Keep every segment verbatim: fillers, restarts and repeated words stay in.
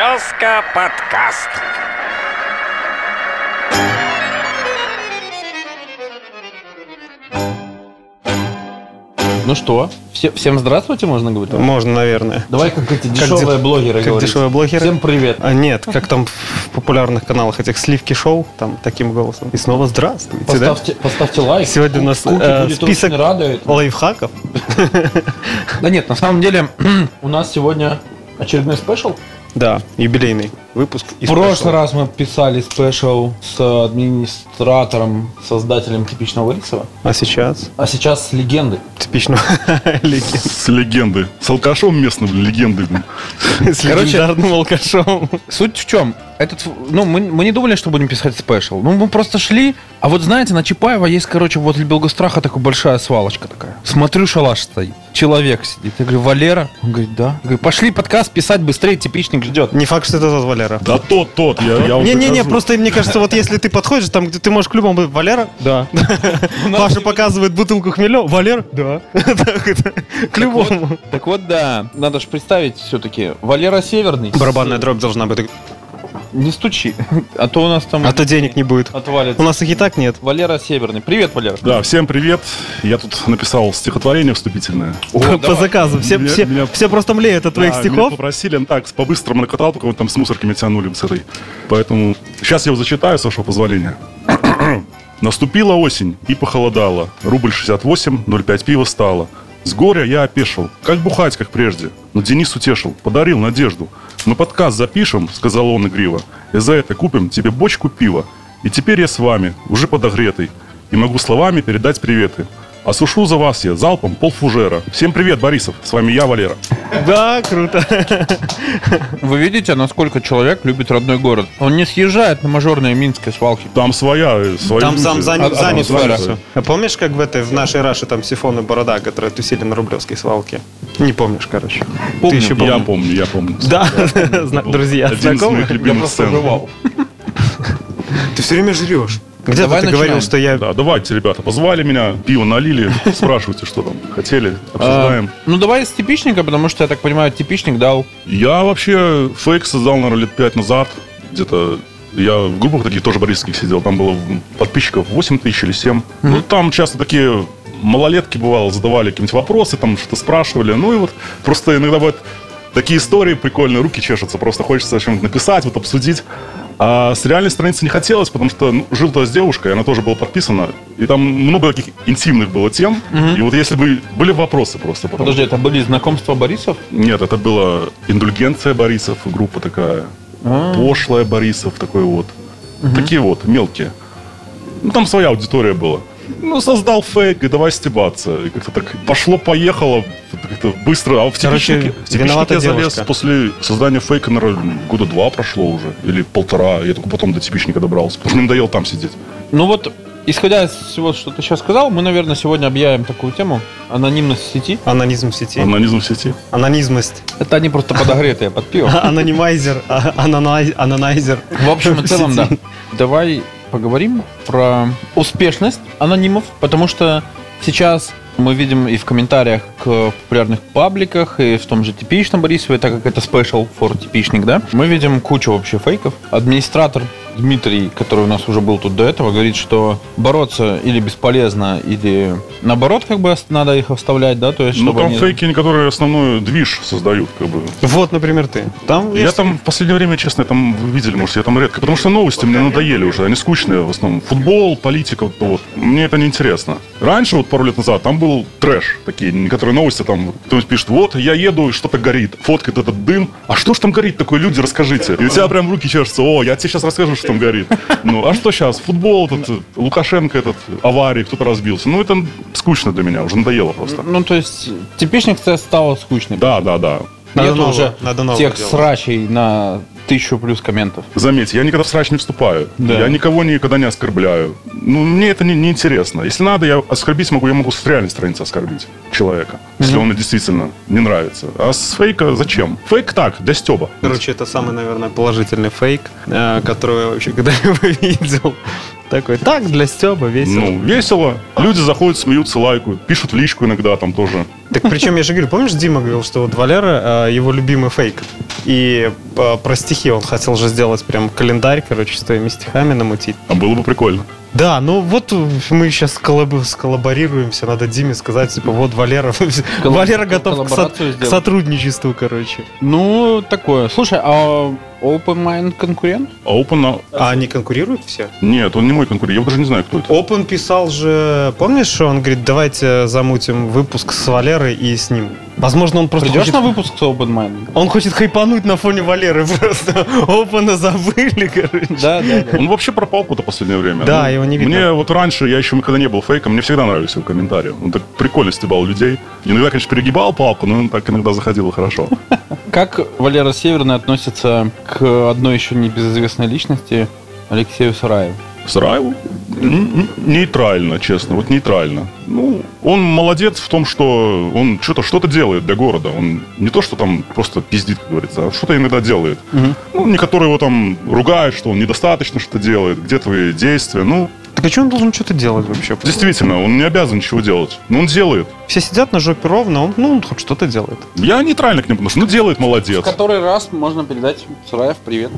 Березка подкаст. Ну что, все, всем здравствуйте, можно говорить? Можно, наверное. Давай как эти дешевые как блогеры как говорить. дешевые блогеры. Всем привет. А нет, как там в популярных каналах этих сливки шоу, там таким голосом. И снова здравствуйте. Поставьте, Да? поставьте лайк. Сегодня у нас Куки э, будет список очень радовать. лайфхаков. Да нет, на самом деле у нас сегодня очередной спешл. Да, юбилейный выпуск. В прошлый раз мы писали спешл с администратором, создателем типичного Борисова. А сейчас? А сейчас с легендой. Типичного легенды. С легенды. С алкашом местным легенды. С легендарным алкашом. Суть в чем? Этот, ну, мы, мы не думали, что будем писать спешл. Ну, мы просто шли. А вот знаете, на Чапаева есть, короче, возле Белгостраха такая большая свалочка такая. Смотрю, шалаш стоит. Человек сидит. Я говорю, Валера? Он говорит, да. Я говорю, пошли подкаст писать бистрее, типичник ждет. Не факт, что это тот Валера. Да тот, тот. Я, я Не-не-не, просто мне кажется, вот если ты подходишь, там, где ты можешь к любому быть, Валера? Да. Паша показывает бутылку хмеля. Валер? Да. К любому. Так вот, да. Надо же представить все-таки. Валера Северный. Барабанная дробь должна быть. Не стучи, а то у нас там... А то денег не будет. Отвалится. У нас их и так нет. Валера Северный. Привет, Валера. Да, всем привет. Я тут написал стихотворение вступительное. О, По давай. заказу. Все, Меня- все, меня- все просто млеют от твоих Да, меня стихов. попросили, ну, так, по-быстрому накатал, пока вы там с мусорками тянули с этой. Поэтому сейчас я его зачитаю, с вашего позволения. Наступила осень и похолодало. Рубль шестьдесят восемь, ноль пять пива стало. С горя я опешил. Как бухать, как прежде? Но Денис утешил, подарил надежду. Мы подкаст запишем, сказал он игриво. И за это купим тебе бочку пива. И теперь я с вами, уже подогретый. И могу словами передать приветы. Осушу за вас я залпом полфужера. Всем привет, Борисов. С вами я, Валера. Да, круто. Вы видите, насколько человек любит родной город? Он не съезжает на мажорные минские свалки. Там своя, э, свои Там люди. сам занят, А- занят атмосфера. всё. А помнишь, как в этой, в нашей Раше там Сифон и Борода, которые тусили на Рублевской свалке? Не помнишь, короче. Помню. Ты еще Я помнишь? помню, я помню. Да, Зна- друзья, Один из знакомы? моих Я любимых просто сцен. жевал. Ты все время жрешь. Где-то Давай ты говорил, начинаем. что я... Да, давайте, ребята, позвали меня, пиво налили, спрашивайте, что там хотели, обсуждаем. Ну, давай с типичника, потому что, я так понимаю, типичник дал. Я вообще фейк создал, наверное, лет пять назад. Где-то я в группах таких тоже борисовских сидел. Там было подписчиков восемь тысяч или семь. Ну, там часто такие малолетки, бывало, задавали какие-нибудь вопросы, там что-то спрашивали. Ну, и вот просто иногда бывают такие истории прикольные, руки чешутся. Просто хочется о чем-то написать, вот обсудить. А с реальной страницы не хотелось, потому что ну, жил-то с девушкой, она тоже была подписана. И там много таких интимных было тем. И вот если бы были вопросы просто. Потом. Подожди, это были знакомства Борисов? Нет, это была индульгенция Борисов, группа такая. А. Пошлая Борисов, такой вот. Такие вот, мелкие. Ну, там своя аудитория была. Ну, создал фейк, и давай стебаться. И как-то так пошло-поехало, как-то быстро. А в Короче, типичник, в типичник виновата я залез девушка. после создания фейка, наверное, года два прошло уже. Или полтора. Я только потом до типичника добрался. Потому что мне надоело там сидеть. Ну вот, исходя из всего, что ты сейчас сказал, мы, наверное, сегодня объявим такую тему. Анонимность в сети. Анонизм в сети. Анонизм в сети. Анонизмность. Это они просто подогретые под пиво. Анонимайзер. а- анонай- Анонайзер. В общем и целом, да. Давай поговорим про успешность анонимов, потому что сейчас мы видим и в комментариях к популярных пабликах, и в том же типичном Борисове, так как это special for типичник, да, мы видим кучу вообще фейков. Администратор Дмитрий, который у нас уже был тут до этого, говорит, что бороться или бесполезно, или наоборот, как бы надо их оставлять, да, то есть, Ну, чтобы там они... фейки, которые основной движ создают, как бы. Вот, например, ты. Там Я есть- там в последнее время, честно, там вы видели, может, я там редко. Потому что новости мне надоели уже. Они скучные в основном. Футбол, политика, вот, вот. Мне это не интересно. Раньше, вот пару лет назад, там был трэш. Такие некоторые новости, там кто-нибудь пишет, вот, я еду, и что-то горит. Фоткает этот дым. А что ж там горит такое, люди, расскажите. И у тебя прям руки чешутся. О, я тебе сейчас расскажу, что там горит. Ну, а что сейчас? Футбол, этот, Лукашенко, этот, аварии, кто-то разбился. Ну, это скучно для меня, уже надоело просто. Ну, то есть, типичник стал скучный. Да, да, да. Надо Нет нового, уже надо нового тех делать. срачей на тысячу плюс комментов. Заметьте, я никогда в срач не вступаю. Да. Я никого никогда не оскорбляю. Ну, мне это не, не интересно. Если надо, я оскорбить могу, я могу с реальной страницы оскорбить человека, если он мне действительно не нравится. А с фейка зачем? Фейк так, для стеба. Короче, это самый, наверное, положительный фейк, э, который я вообще когда-либо видел. Такой, так, для стеба, весело. Ну, весело. Люди заходят, смеются, лайкают, пишут в личку иногда там тоже. Так причем я же говорю, помнишь, Дима говорил, что вот Валера, э, его любимый фейк. И э, про стихи он хотел же сделать прям календарь, короче, с твоими стихами намутить. А было бы прикольно. Да, ну вот мы сейчас коллаб- сколлаборируемся, надо Диме сказать, типа, вот Валера, Валера готов к, со- к сотрудничеству, короче. Ну, такое. Слушай, а OpenMind конкурент? А Open... А они конкурируют все? Нет, он не мой конкурент, я даже не знаю, кто это. Open писал же, помнишь, что он говорит, давайте замутим выпуск с Валерой и с ним. Возможно, он просто Придешь хочет... на выпуск с OpenMind? Он хочет хайпануть на фоне Валеры просто. Open забыли, короче. Да, да, да. Он вообще пропал куда-то в последнее время. Да, Ну, его не видно. Мне вот раньше, я еще никогда не был фейком, мне всегда нравились его комментарии. Он так прикольно стебал людей. Иногда, конечно, перегибал палку, но он так иногда заходил хорошо. Как Валера Северный относится к одной еще небезызвестной личности, Алексею Сараеву? Сараеву? Н- н- Нейтрально, честно, вот нейтрально. Ну, он молодец в том, что он что-то что-то делает для города. Он не то, что там просто пиздит, как говорится, а что-то иногда делает. Ну, некоторые его там ругают, что он недостаточно что-то делает, где твои действия. Ну, Так а что он должен что-то делать вообще? действительно, он не обязан ничего делать. Но он делает. Все сидят на жопе ровно, он, ну, он хоть что-то делает. Я нейтрально к нему отношусь. Ну, делает, молодец. В который раз можно передать Сараев привет.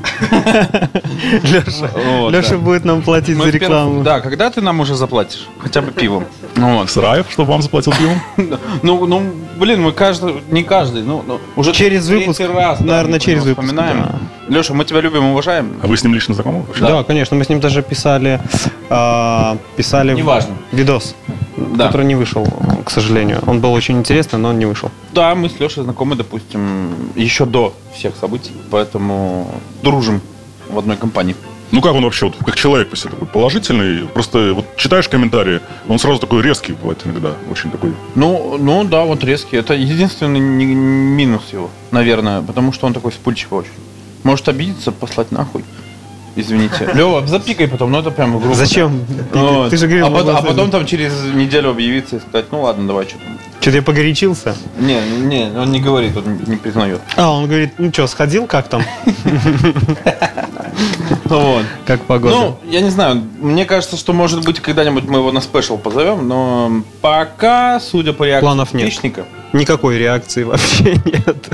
Леша, Вот, Леша да. будет нам платить Мы за в первом- рекламу. Да, когда ты нам уже заплатишь? Хотя бы пивом. Вот. Сараев, чтобы вам заплатил пивом? Ну, ну, блин, мы каждый, не каждый, ну, ну, уже Через третий выпуск, раз, да, наверное, мы через выпуск, вспоминаем. Леша, мы тебя любим и уважаем. А вы с ним лично знакомы вообще? Да. конечно, мы с ним даже писали, а, писали Неважно. видос, Да. который не вышел, к сожалению. Он был очень интересный, но он не вышел. Да, мы с Лешей знакомы, допустим, еще до всех событий, поэтому дружим в одной компании. Ну как он вообще, вот, как человек по себе такой положительный? Просто вот читаешь комментарии, он сразу такой резкий бывает иногда, очень такой. Ну, ну да, вот резкий. Это единственный ни- минус его, наверное, потому что он такой вспыльчивый очень. Может обидеться, послать нахуй. Извините. Лева, запикай потом, но это прям грубо. Зачем? Вот. Ты же говорил, а, мы потом, а должны- потом там через неделю объявиться и сказать, ну ладно, давай что там. Что-то я погорячился. Не, не, он не говорит, он не признает. А, он говорит, ну что, сходил, как там? Вот. Как погода? Ну, я не знаю, мне кажется, что, может быть, когда-нибудь мы его на спешл позовем, но пока, судя по реакции Планов нет. подписчика, Никакой реакции вообще нет.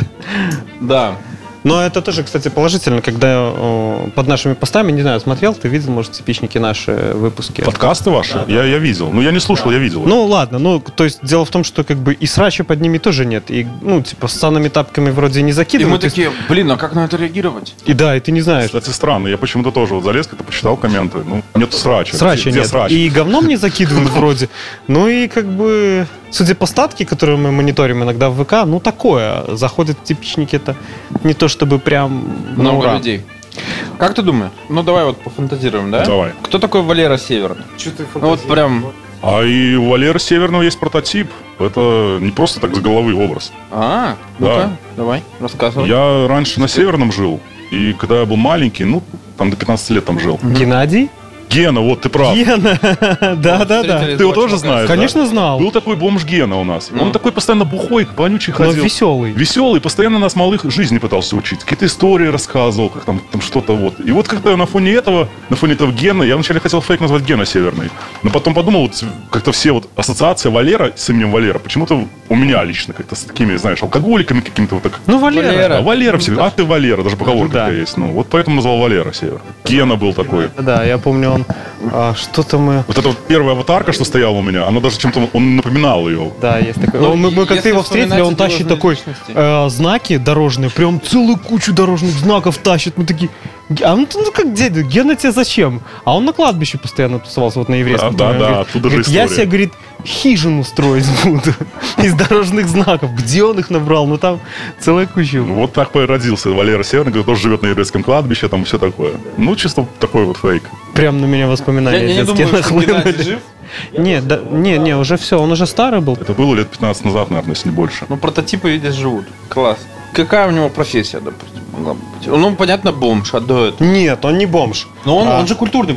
да. Но это тоже, кстати, положительно, когда о, под нашими постами, не знаю, смотрел, ты видел, может, типичники наши выпуски. Подкасты ваши? Я, я видел. Ну я не слушал, я видел. Ну ладно, ну то есть дело в том, что как бы и срача под ними тоже нет. И, ну, типа, с санными тапками вроде не И закидывают. мы то есть- такие, блин, а как на это реагировать? И да, и ты не знаешь. Кстати, странно. Я почему-то тоже вот залез, как-то почитал комменты. Ну, нет срача. Срача Где нет. срач? И говном не закидывают вроде. Ну и как бы, судя по статке, которые мы мониторим иногда в ВК, ну такое. Заходят типичники, это не то чтобы прям на Много ура. людей. Как ты думаешь? Ну давай вот пофантазируем, да? Давай. Кто такой Валера Северный? Ну вот прям. А и у Валеры Северного есть прототип. Это не просто так с головы образ. А, ну-ка, давай, рассказывай. Я раньше на Северном жил. И когда я был маленький, ну, там до пятнадцати лет там жил. Геннадий? Гена, вот ты прав. Гена. Да, да, да. Встретились Ты его два тоже чувака. знаешь? Конечно, знал. Был такой бомж Гена у нас. Ну. Он такой постоянно бухой, вонючий Но ходил. веселый. Веселый, постоянно нас малых жизни пытался учить. Какие-то истории рассказывал, как там, там что-то вот. И вот как-то на фоне этого, на фоне этого Гена, я вначале хотел фейк назвать Гена Северный. Но потом подумал, вот как-то все вот ассоциация Валера с именем Валера, почему-то у меня лично как-то с такими, знаешь, алкоголиками какими-то вот так. Ну, Валера. Валера. А Валера все, а ты Валера, даже поговорка Да. такая есть. Ну, вот поэтому назвал Валера Север. Гена был такой. Да, я помню, он а, что-то мы... Вот эта вот первая аватарка, что стояла у меня, она даже чем-то, он напоминал ее. Да, есть такой. Ну, Он- мы, мы как-то если его встретили, он вспоминать тащит эти такой личности. э, знаки дорожные, прям целую кучу дорожных знаков тащит. Мы такие, а ну, ты, ну как дядя, Гена тебе зачем? А он на кладбище постоянно тусовался, вот на еврейском. Да, доме. да, Он говорит, оттуда же говорит, я история. себе, говорит, хижину строить буду из дорожных знаков. Где он их набрал? Ну там целая куча. Вот так родился Валера Северный, который тоже живет на еврейском кладбище, там все такое. Ну, чисто такой вот фейк. Прям на меня Я, воспоминания я не детские думаю, что Геннадий нахлынули. жив. Не, да, не, не, уже все, он уже старый был. Это было лет пятнадцать назад, наверное, если не больше. Ну, прототипы, видишь, живут. Класс. Какая у него профессия, допустим, могла бы быть? Ну, понятно, бомж, а до этого. Нет, он не бомж. Но он, А. он же культурный бомж.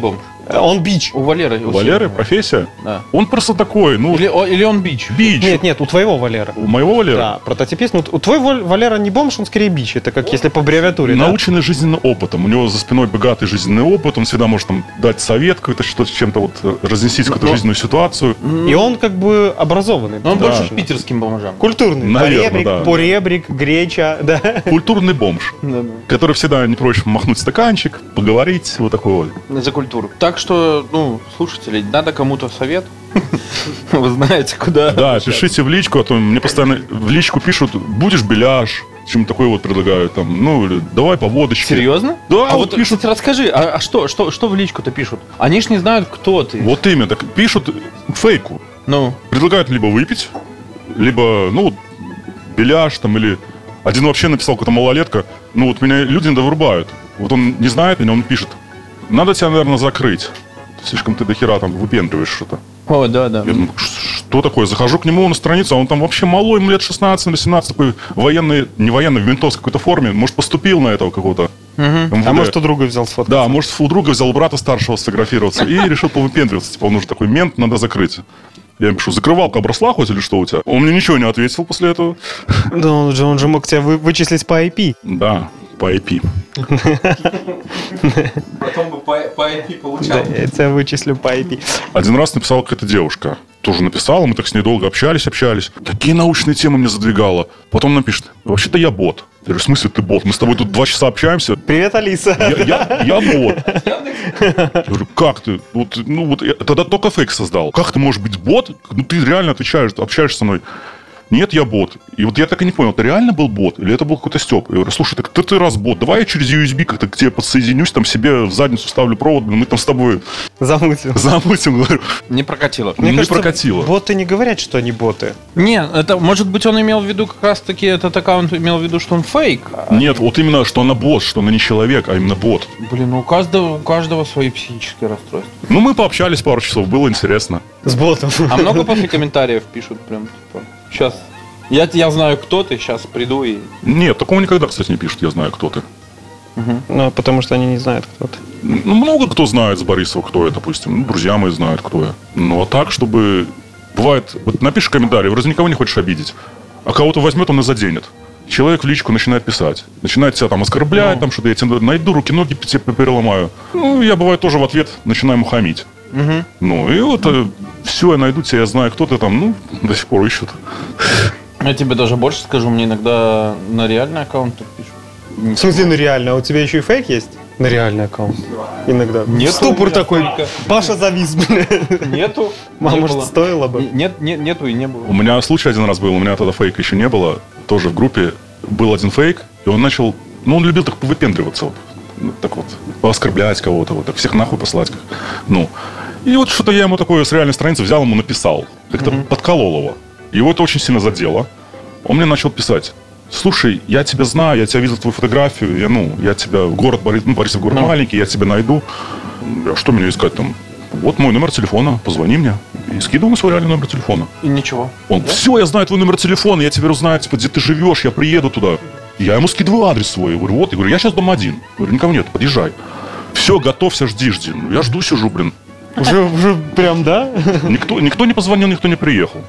Он бич. У Валеры. У Валеры профессия? Да. Он просто такой, ну... Или, о- или он бич? Бич. Нет, нет, у твоего Валера. У моего Валера? Да, прототипист. Ну, у твоего Валера не бомж, он скорее бич. Это как если по аббревиатуре, да? Наученный жизненным опытом. У него за спиной богатый жизненный опыт. Он всегда может там дать совет какой-то, что-то, чем-то вот разнесить какую-то Но- жизненную ситуацию. И он как бы образованный. Но он Да. больше к питерским бомжам. Культурный. Наверно, поребрик, да. поребрик, греча, да. Культурный бомж, который всегда не прочь махнуть стаканчик, поговорить, вот такой вот. За культуру. Так что, ну, слушатели, надо кому-то совет. Вы знаете, куда. Да, пишите в личку, а то мне постоянно в личку пишут, будешь беляш, чем такое вот предлагают, там, ну, или давай по водочке. Серьезно? Да, А вот вот, пишут. кстати, расскажи, а, а что, что, что в личку-то пишут? Они ж не знают, кто ты. Вот именно, так пишут фейку. Ну, Предлагают либо выпить, либо, ну, вот, беляш там, или... Один вообще написал, какая-то малолетка, ну, вот меня люди иногда вырубают. Вот он не знает меня, он пишет, надо тебя, наверное, закрыть. Слишком ты до хера там выпендриваешь что-то. о, да, да. Я думаю, что такое? Захожу к нему на страницу, а он там вообще малой, ему лет шестнадцать или семнадцать, такой военный, не военный, в ментовской какой-то форме. Может, поступил на этого какого-то эм вэ дэ. А может, у друга взял сфоткаться? Да, может, у друга взял брата старшего сфотографироваться и решил повыпендриваться. Типа, он уже такой мент, надо закрыть. Я ему пишу, закрывалка обросла хоть или что у тебя? Он мне ничего не ответил после этого. Да, он же, он же мог тебя вы- вычислить по ай пи. Да, по ай пи. Потом бы по, по ай пи Да, получал. я тебя вычислю по ай пи. Один раз написала какая-то девушка. Тоже написала, мы так с ней долго общались, общались. Такие научные темы мне задвигала. Потом напишет, вообще-то я бот. Я говорю, в смысле ты бот? Мы с тобой тут два часа общаемся. Привет, Алиса. Я, я, я бот. Я говорю, как ты? Вот, ну вот я тогда только фейк создал. Как ты можешь быть бот? Ну ты реально отвечаешь, общаешься со мной. Нет, я бот. И вот я так и не понял, это реально был бот или это был какой-то стёб? Я говорю, слушай, так ты, ты раз бот, давай я через ю эс би как-то к тебе подсоединюсь, там себе в задницу ставлю провод, мы там с тобой Замутил. замутим. Говорю, Не прокатило. не прокатило. Боты не говорят, что они боты. Не, это, может быть, он имел в виду как раз-таки, этот аккаунт имел в виду, что он фейк. А, Нет, вот именно, что она бот, что она не человек, а именно бот. Блин, ну у каждого, у каждого свои психические расстройства. Ну, мы пообщались пару часов, было интересно. С ботом. А много после комментариев пишут прям, типа, сейчас, я, я знаю, кто ты, сейчас приду и... Нет, такого никогда, кстати, не пишут, я знаю, кто ты. Ну, потому что они не знают, кто ты. Ну, много кто знает с Борисова, кто я, допустим. Ну, друзья мои знают, кто я. Ну, а так, чтобы... Бывает, вот напишешь комментарий, вроде никого не хочешь обидеть, а кого-то возьмет, он и заденет. Человек в личку начинает писать. Начинает тебя там оскорблять, там что-то, я тебе найду, руки, ноги тебе переломаю. Ну, я, бывает, тоже в ответ начинаю ему хамить. Ну, и вот э, все, я найду тебя, я знаю, кто ты там, ну, до сих пор ищут. Я тебе даже больше скажу, мне иногда на реальный аккаунт тут пишут. В смысле, на реально? А у тебя еще и фейк есть? На реальный аккаунт. Иногда. Нету у Ступор меня такой. столько. Паша завис, бля. Нету. А не может, было. стоило бы? Нет, нет, нету и не было. У меня случай один раз был, у меня тогда фейка еще не было. Тоже в группе был один фейк, и он начал... Ну, он любил так повыпендриваться. Вот, ну, так вот, пооскорблять кого-то, вот так всех нахуй послать. Как. Ну, и вот что-то я ему такое с реальной страницы взял, ему написал. Как-то mm-hmm. подколол его. Его это очень сильно задело. Он мне начал писать. Слушай, я тебя знаю, я тебя видел твою фотографию, я, ну, я тебя, город, Борис, ну, Борисов город mm-hmm. маленький, я тебя найду. А что мне искать там? Вот мой номер телефона, позвони мне. И скидывал ему свой реальный номер телефона. И ничего. Он, да? все, я знаю твой номер телефона, я теперь узнаю, типа, где ты живешь, я приеду туда. Я ему скидываю адрес свой. Я говорю, вот, я говорю, я сейчас дома один. Я говорю, никого нет, подъезжай. Все, готовься, жди, жди. Ну, я жду, сижу, блин. Уже, уже прям, да? Никто, никто не позвонил, никто не приехал.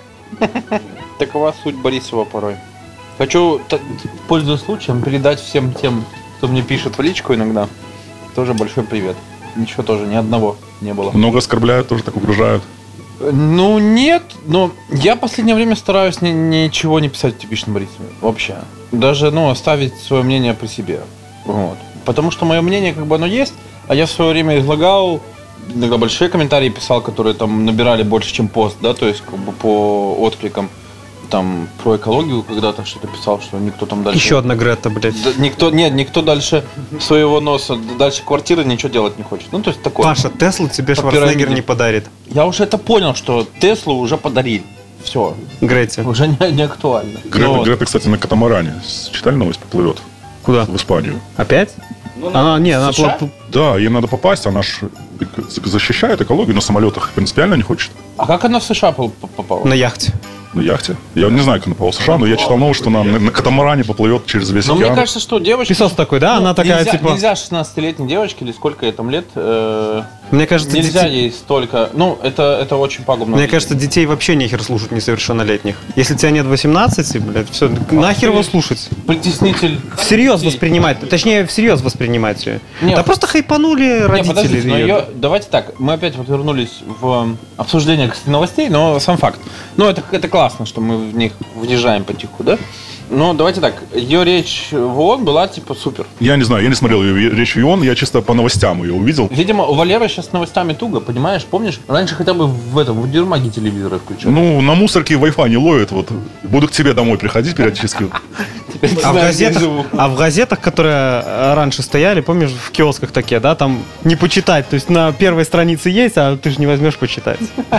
Такова суть Борисова порой. Хочу, т- пользуясь случаем, передать всем тем, кто мне пишет в личку иногда, тоже большой привет. Ничего тоже, ни одного не было. Много оскорбляют, тоже так угрожают. Ну, нет, но я в последнее время стараюсь ни- ничего не писать типично Борисову. Вообще. Даже, ну, оставить свое мнение при себе. Вот. Потому что мое мнение, как бы, оно есть, а я в свое время излагал, иногда большие комментарии писал, которые там набирали больше, чем пост, да, то есть, как бы, по откликам. Там про экологию когда-то что-то писал, что никто там дальше... Еще одна Грета, блядь. Да, никто, нет, никто дальше своего носа, дальше квартиры ничего делать не хочет. Ну, то есть такое. Паша, Теслу тебе По Шварценеггер пирамиде. не подарит. Я уже это понял, что Теслу уже подарили. Все. Грете. Уже не, не актуально. Грета, Но- Грета, кстати, на катамаране. Читали новость? Поплывет Куда? в Испанию. Опять? Она, не, она... США? пла- Да, ей надо попасть, она ж защищает экологию, на самолетах принципиально не хочет. А как она в США пол- по- попала? На яхте. На яхте. Я не знаю, как она попала в США, но я читал новость, что она на, на катамаране поплывет через весь Но океан. мне кажется, что девочка... Писос такой, да? Ну, Она такая, нельзя, типа... Нельзя шестнадцатилетней девочке, или сколько ей там лет, э, Мне кажется, Нельзя детей... ей столько... Ну, это, это очень пагубно. Мне кажется, детей вообще нехер слушать несовершеннолетних. Если тебя нет восемнадцати, блядь, все, нахер его слушать. Притеснитель... Всерьез детей. воспринимать, точнее, всерьез воспринимать ее. Нет. Да просто хайпанули Не, родители. подождите, но её. её- давайте так, мы опять вот вернулись в обсуждение кстати, новостей, но сам факт. Ну, это, это классно, что мы в них въезжаем потиху, да? Но давайте так, ее речь в ООН была типа супер. Я не знаю, я не смотрел ее речь в ООН, я чисто по новостям ее увидел. Видимо, у Валеры сейчас с новостями туго, понимаешь? Помнишь, раньше хотя бы в этом, в Дермаге телевизоры включали. Ну, на мусорке Wi-Fi не ловит, вот. Буду к тебе домой приходить периодически. Теперь ты А в, знаешь, где я газетах, живу. а в газетах, которые э, раньше стояли, помнишь, в киосках такие, да, там не почитать. То есть на первой странице есть, а ты же не возьмешь почитать.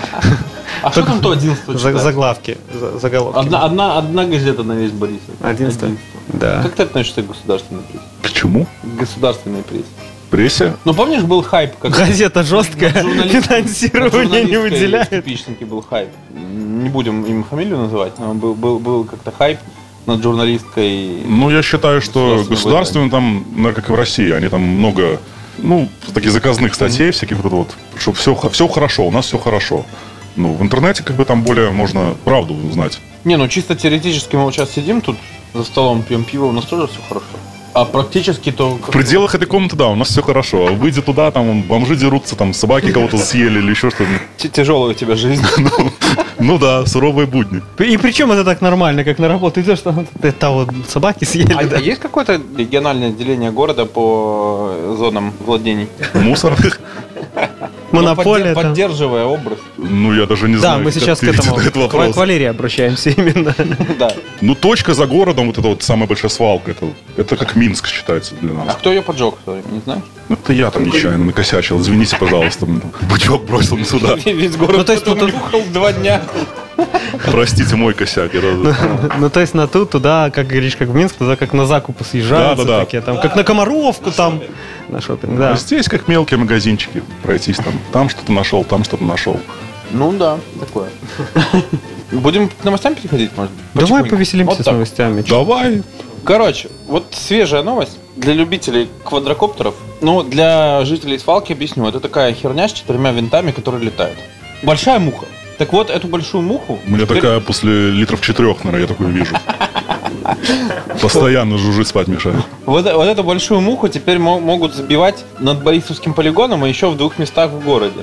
А что там то одиннадцатого За- читать? Заглавки, за- заголовки. Одна, одна, одна газета на весь Борисов. одиннадцатого? Да. Как ты относишься к государственной прессе? К чему? К государственной прессе. Прессе? Ну, помнишь, был хайп, как... Газета жесткая, Журналист- финансирование не выделяет. Типичники был хайп. Не будем им фамилию называть, но был, был, был как-то хайп над журналисткой. Ну, я считаю, что Государственное государственные там, наверное, как и в России, они там много, ну, таких заказных статей, всяких вот это вот, что все, все хорошо, у нас все хорошо. Ну, в интернете как бы там более можно правду узнать. Не, ну чисто теоретически мы вот сейчас сидим тут за столом, пьем пиво, у нас тоже все хорошо. А практически то... В пределах этой комнаты, да, у нас все хорошо. А выйдя туда, там вон, бомжи дерутся, там собаки кого-то съели или еще что-то. Тяжелая у тебя жизнь. Ну да, суровые будни. И причем это так нормально, как на работу идешь, что это вот собаки съели, А да? есть какое-то региональное деление города по зонам владений? Мусорных? Монополия Ну, подде- там. Поддерживая образ. Ну, я даже не Да, знаю, мы как сейчас к ответить этому, на этот к Ва- вопрос. к Валерии обращаемся именно. Да. Ну, точка за городом, вот это вот самая большая свалка, это, это как Минск считается для А нас. кто ее поджег, sorry, не знаешь? Ну, это я там нечаянно накосячил, извините, пожалуйста. Бычок бросил не сюда. Весь город Ну, то есть, потом ну, нюхал два дня. Простите, мой косяк. я- Ну, то есть на ту, туда, как говоришь, как в Минск, туда как на закупы съезжаются Да-да-да. такие, там, как на Комаровку там, на шопинг, да. А здесь как мелкие магазинчики пройтись там. Там что-то нашел, там что-то нашел. Ну да, такое. Будем к новостям переходить, может быть? Давай Потихоньку. повеселимся Вот с так. новостями. Чё? Давай. Короче, вот свежая новость для любителей квадрокоптеров. Ну, для жителей свалки объясню. Это такая херня с четырьмя винтами, которые летают. Большая муха. Так вот, эту большую муху... У меня теперь- такая после литров четырех, наверное, я такую вижу. Постоянно жужжит, спать мешает. Вот, вот эту большую муху теперь мо- могут забивать над Борисовским полигоном и еще в двух местах в городе.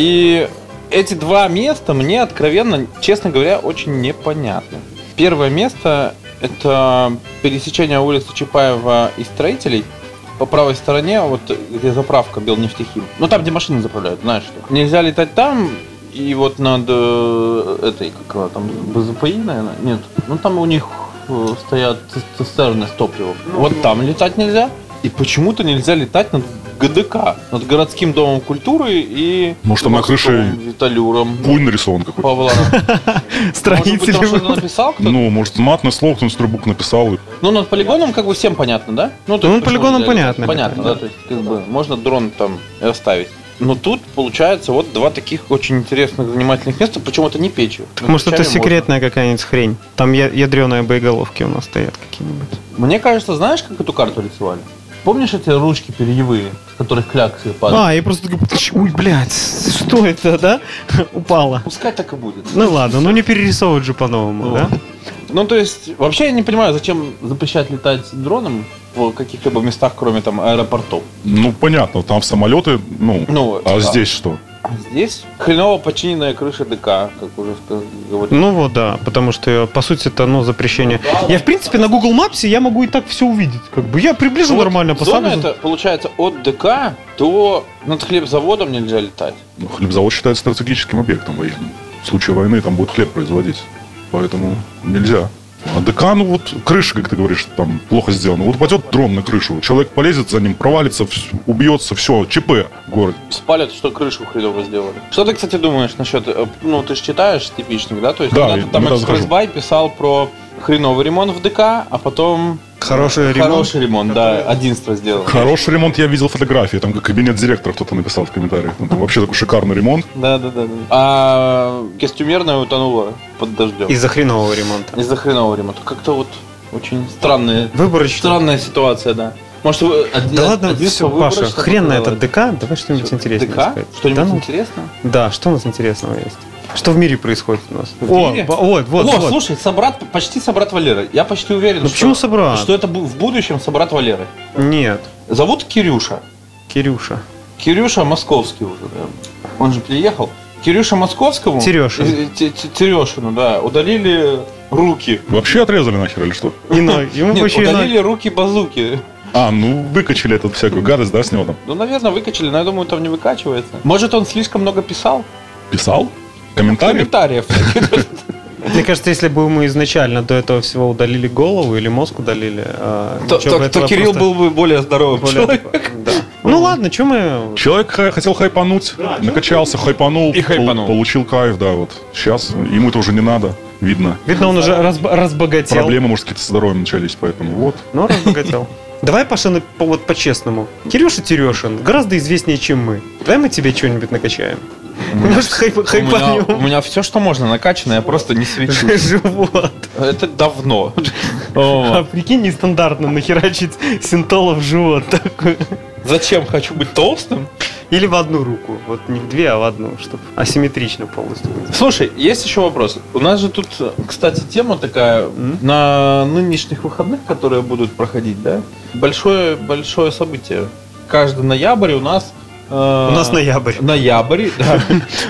И эти два места мне откровенно, честно говоря, очень непонятны. Первое место – это пересечение улицы Чапаева и Строителей. По правой стороне, вот где заправка Белнефтехим. Ну там, где машины заправляют, знаешь что. Нельзя летать там, и вот над э, этой, как она там, БЗПИ, наверное? Нет, ну там у них э, стоят цис- цистерны с топливом. Вот там летать нельзя. И почему-то нельзя летать над ГДК, над городским домом культуры и... Может, там на крыше мостом Виталюром. Пуль нарисован какой-то. Павла. Может быть, Строители. там что-то написал кто-то? Ну, может, матное слово кто-нибудь стройбук написал. и- Ну, над полигоном как бы всем понятно, да? Ну, то Ну, есть, над полигоном почему нельзя понятно. летать? Понятно, да, то есть, как бы, можно дрон там и оставить. Но тут, получается, вот два таких очень интересных, занимательных места, причем это не печи. Может, это Печами секретная какая-нибудь хрень. Там я- ядреные боеголовки у нас стоят какие-нибудь. можно. Мне кажется, знаешь, как эту карту рисовали? Помнишь эти ручки перьевые, с которых кляксы падают? А, и просто такой, «Пш, ой, блядь, что это, да? Упала. Пускай так и будет. Ну ладно, ну не перерисовывать же по-новому, да? Ну, то есть, вообще я не понимаю, зачем запрещать летать дроном в каких-либо местах, кроме там аэропортов. Ну, понятно, там самолеты, ну, Ну, а да. здесь что? А здесь хреново починенная крыша ДК, как уже сказали, говорили. Ну вот, да, потому что, по сути, это, ну, запрещение. Я, в принципе, на Google Maps я могу и так все увидеть. Как бы я приближу Вот нормально, зона поставлю. это, получается, от ДК до над хлебзаводом нельзя летать. Ну, хлебзавод считается стратегическим объектом военным. В случае войны там будет хлеб производить. Поэтому нельзя. А ДК, ну вот крыша, как ты говоришь, там плохо сделана. Вот упадет дрон на крышу, человек полезет за ним, провалится, вс- убьется, все, ЧП в городе. Спалят, что крышу хреново сделали. Что ты, кстати, думаешь насчет... э, Ну, ты же читаешь типичник, да? То есть, Да, когда-то я там иногда Экспресс-бай писал про хреновый ремонт в ДК, а потом... Хороший ремонт. Хороший ремонт, да, одинство сделал. Хороший ремонт, я видел фотографии, там как кабинет директора кто-то написал в комментариях. Ну, там вообще такой шикарный ремонт. Да, да, да, да. А костюмерная утонула под дождем. Из-за хренового ремонта. Из-за хренового ремонта. Как-то вот очень странная, Выборочно. странная ситуация, да. Может, вы один, Да ладно, один все, выбрать, Паша, что хрен на делать? этот ДК, давай что-нибудь Всё, интересное ДК? сказать. Что-нибудь Да, ну, интересное? Да, что у нас интересного есть? Что в мире происходит у нас? В О, мире? ба- вот, вот, О, вот. слушай, собрат, почти собрат Валеры. Я почти уверен, Ну что, почему собрат? что это бу- в будущем собрат Валеры. Нет, Зовут Кирюша. Кирюша. Кирюша Московский уже, да. Он же приехал. Кирюша Московскому... Терешину. э, Те- Те- Терешину, да. Удалили руки. Вообще отрезали нахер или что? И ноги. Ему Нет, еще и ноги. удалили руки-базуки. А, ну выкачали эту всякую гадость, да, с него там. Ну, наверное, выкачали, но я думаю, там не выкачивается. Может, он слишком много писал? Писал? Комментарий? Комментариев. Мне кажется, если бы мы изначально до этого всего удалили голову или мозг удалили, а, То ничего бы то- этого то Кирилл просто был бы более здоровым более- человеком. Да. Ну ладно, что мы... Человек ха- хотел хайпануть, накачался, хайпанул, И хайпанул. пол- получил кайф, да, вот. Сейчас ему это уже не надо, видно. Видно, он уже разб- разбогател. Проблемы, может, какие-то с здоровьем начались, поэтому вот. Ну, разбогател. Давай, Паша, на- по- вот по-честному. Кирюша Терешин гораздо известнее, чем мы. Давай мы тебе что-нибудь накачаем. Может, хайп- У меня, у хайпанем меня все, что можно, накачано, я просто не свечу. живот. Это давно. А прикинь, нестандартно нахерачить синтола в живот такой. Зачем хочу быть толстым? Или в одну руку. Вот не в две, а в одну, чтобы асимметрично полностью быть. Слушай, есть еще вопрос. У нас же тут, кстати, тема такая на нынешних выходных, которые будут проходить, да? Большое, большое событие. Каждый ноябрь у нас У нас ноябрь. Ноябрь, да.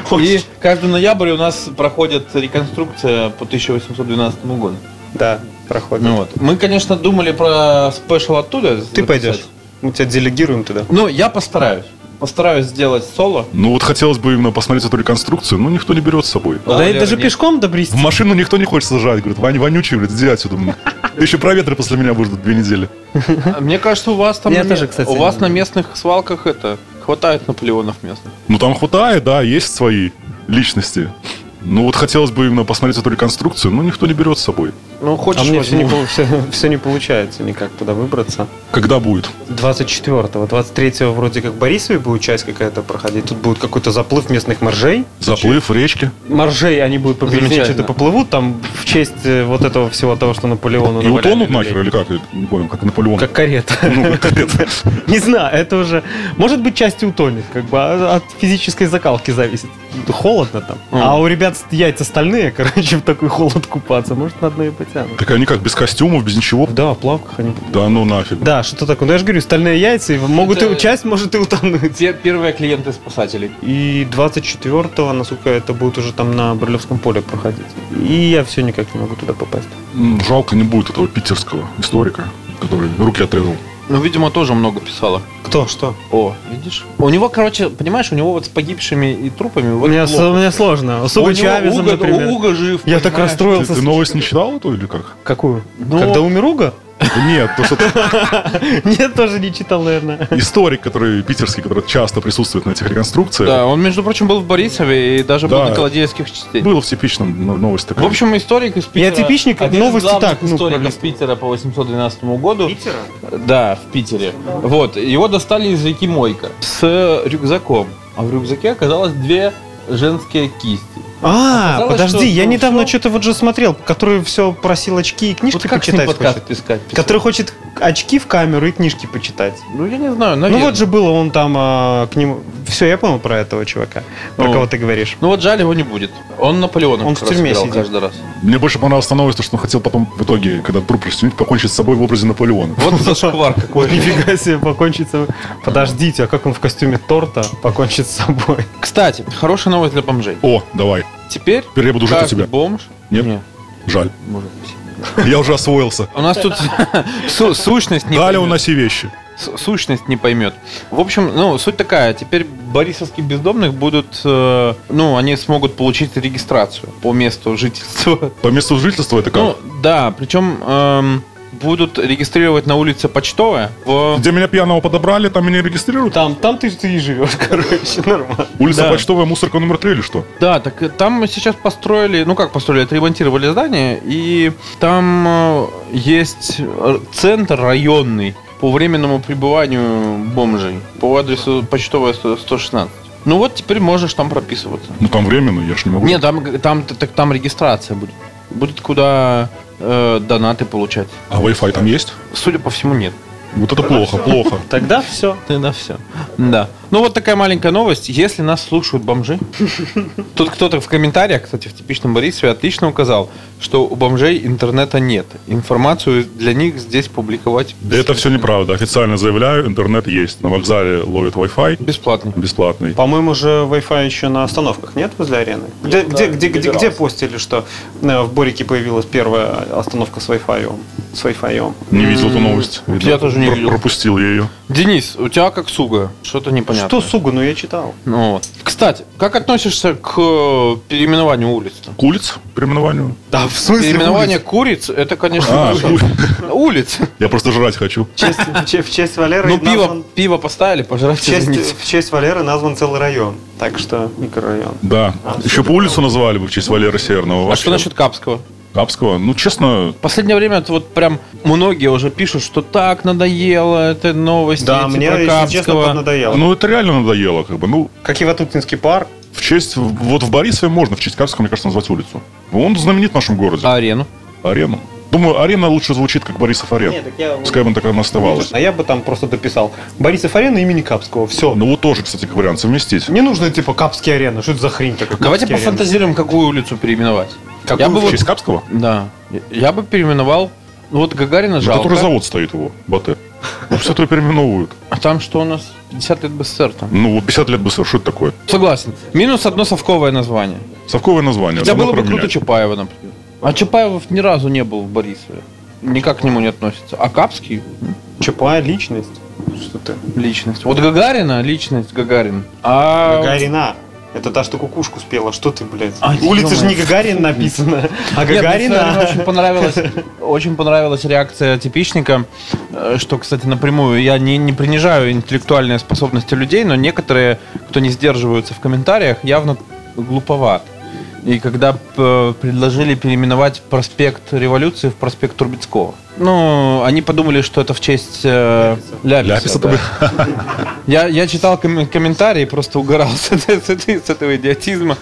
И каждый ноябрь у нас проходит реконструкция по тысяча восемьсот двенадцатому году. Да, проходит. Ну вот. Мы, конечно, думали про спешл оттуда. Ты записать. пойдешь. Мы тебя делегируем туда. Ну, я постараюсь. Постараюсь сделать соло. Ну вот хотелось бы именно посмотреть эту реконструкцию, но никто не берет с собой. Да, Да и Валера, даже нет. пешком добрести. В машину никто не хочет сажать, говорит, Вань, вонючий, говорит, иди отсюда. Ты еще про ветры после меня будешь две недели. Мне кажется, у вас там Я на тоже, ме- кстати, у вас не- на местных свалках это хватает Наполеонов местных. Ну там хватает, да, есть свои личности. Ну вот хотелось бы именно посмотреть эту реконструкцию, но никто не берет с собой. Ну, хочешь, А мне все не, возьму. полу- все, все не получается никак туда выбраться. Когда будет? двадцать четвёртого, двадцать третьего вроде как в Борисове будет часть какая-то проходить. Тут будет какой-то заплыв местных моржей. Заплыв в речке. Моржей, они будут по Березне Замечательно. что-то поплывут там в честь э, вот этого всего того, что Наполеону И наваляли утонут людей. нахер или как? Я не понял, как Наполеон. Как карета. Ну, как это. Не знаю, это уже... Может быть, часть утонет, как бы а- от физической закалки зависит. Холодно там. А у ребят яйца стальные, короче, в такой холод купаться. Может, на дно и потянут. Так они как, без костюмов, без ничего? Да, в плавках они... Да ну нафиг. Да, что такое? Ну, я же говорю, стальные яйца, и могут Это- и часть может и утонуть. Те первые клиенты спасателей. И двадцать четвёртого, насколько это будет уже там на Брылевском поле проходить. И я все никак не могу туда попасть. М, Жалко не будет этого питерского историка, который руки отрезал. Ну, видимо, тоже много писала. Кто? Что? О, видишь? У него, короче, понимаешь, у него вот с погибшими и трупами У вот меня, плохо. у меня сложно. У Особо него Чавезом, Уго- например. Уго жив. Я так понимаешь? Ты, расстроился. ты новость не читал эту или как? Какую? Ну, Когда умер Уго? Да нет, то, что Нет, тоже не читал, наверное. историк, который питерский, который часто присутствует на этих реконструкциях, Да, он, между прочим, был в Борисове и даже был Да. на Колодеевских частей. был в типичном но- новости такая. В общем, историк из Питера. Я типичник, один новости из главных так, ну, историков пролист- Питера по восемьсот двенадцатому году. Питера? Да, в Питере. Вот, его достали из реки Мойка с рюкзаком. А в рюкзаке оказалось две женские кисти. А, Оказалось, подожди, что, я ну, недавно всё. что-то вот же смотрел, который все просил очки и книжки Вот как с ним почитать подкаст хочет. искать? Который хочет очки в камеру и книжки почитать. Ну, я не знаю, Ну наверное. вот же было, он там а, к нему... Все, я понял про этого чувака, про Ну. кого ты говоришь. Ну вот жаль, его не будет. Он Наполеона Он как в раз тюрьме играл сидит. каждый раз. Мне больше понравилась та новость, что он хотел потом в итоге, когда труп растянуть, покончить с собой в образе Наполеона. Вот зашквар какой. Нифига себе, покончить с собой. Подождите, а как он в костюме торта покончит с собой? Кстати, хорошая новость для бомжей. О, давай. Теперь Теперь я буду жить у каждый тебя. бомж... Нет? Не, Жаль. может быть. Я уже освоился. У нас тут су- сущность не Дали поймет. уноси вещи. С- Сущность не поймет. В общем, ну, суть такая. Теперь борисовских бездомных будут... э, ну, они смогут получить регистрацию по месту жительства. По месту жительства это как? Ну, да, причем эм, будут регистрировать на улице Почтовая. В... Где меня пьяного подобрали, там меня регистрируют? Там, там ты, ты и живешь, короче, нормально. Улица Да. Почтовая, мусорка номер три или что? Да, так э, там сейчас построили, ну как построили, отремонтировали здание, и там э, есть э, центр районный по временному пребыванию бомжей по адресу Почтовая сто шестнадцать. Ну вот теперь можешь там прописываться. Ну там временно, я ж не могу. Нет, там, там, так, там регистрация будет. Будет куда э, донаты получать. А Wi-Fi там есть? Судя по всему, нет. Вот это плохо, плохо. Тогда все. Тогда все. Да. Ну вот такая маленькая новость. Если нас слушают бомжи, тут кто-то в комментариях, кстати, в типичном Борисове отлично указал, что у бомжей интернета нет. Информацию для них здесь публиковать Это все неправда. Официально заявляю, интернет есть. На вокзале ловит Wi-Fi. бесплатно. Бесплатный. По-моему, же Wi-Fi еще на остановках нет возле арены? Где, где, где, где, где постили, что э, в Борике появилась первая остановка с Wi-Fi? С Wi-Fi. Не видел эту новость. Видно, Я тоже не про- видел. Пропустил я ее. Денис, у тебя как суга? Что-то непонятно. Что суга? Ну я читал. Ну, вот. Кстати, как относишься к э, переименованию улиц? К улиц переименованию? Да, в смысле Переименование куриц, это, конечно, А, хорошо. Улиц. Я просто жрать хочу. В честь, в честь- в честь Валеры Ну, пиво, назван- пиво поставили, в, пожрать, честь, извините. в честь Валеры назван целый район. Так что микрорайон. Да. Еще по улицу назвали бы в честь Валеры Северного. А Вообще. что насчет Капского? Капского? Ну, честно, В последнее время это вот прям многие уже пишут, что так надоело, это новости Да, эти мне, про если честно, Капского. поднадоело. ну это реально надоело. Как бы. Ну, Как и Ватутинский парк. в честь, вот в Борисове можно в честь Капского, мне кажется, назвать улицу. Он знаменит в нашем городе. А арену? Арену. Думаю, арена лучше звучит, как Борисов арена. так я... Пускай бы так она оставалась. А я бы там просто дописал Борисов арена имени Капского. Все. Ну вот тоже, кстати, как вариант совместить. Не нужно типа Капский арена. Что это за хрень такая? Давайте Капский арена? пофантазируем, какую улицу переименовать. Какую? Я бы В вот- честь Капского? Да. Я бы переименовал. Ну, вот Гагарина жалко. Который завод стоит его, Батэ. Ну, все это переименовывают. А там что у нас? пятьдесят лет БССР там. Ну, вот пятьдесят лет БССР, что это такое? Согласен. Минус одно совковое название. Совковое название. Хотя давно было бы пора круто менять. Чапаева, например. А Чапаев ни разу не был в Борисове. Никак к нему не относится. А Капский м, Чапая личность. Что ты? личность. Вот Гагарина личность Гагарин. А Гагарина. Это та, что кукушку спела. Что ты, блядь? А, Улица же ё-моё. не Гагарин написано, а Нет, мне Гагарина. очень понравилась, очень понравилась реакция типичника, э, что, кстати, напрямую, я не, не принижаю интеллектуальные способности людей, но некоторые, кто не сдерживаются в комментариях, явно глуповат. И когда п- предложили переименовать проспект Революции в проспект Трубецкого. Ну, они подумали, что это в честь э, Ляписа. Ляписа да. тебе. Я, я читал ком- комментарии, просто угорал с, этой- с, этой- с этого идиотизма.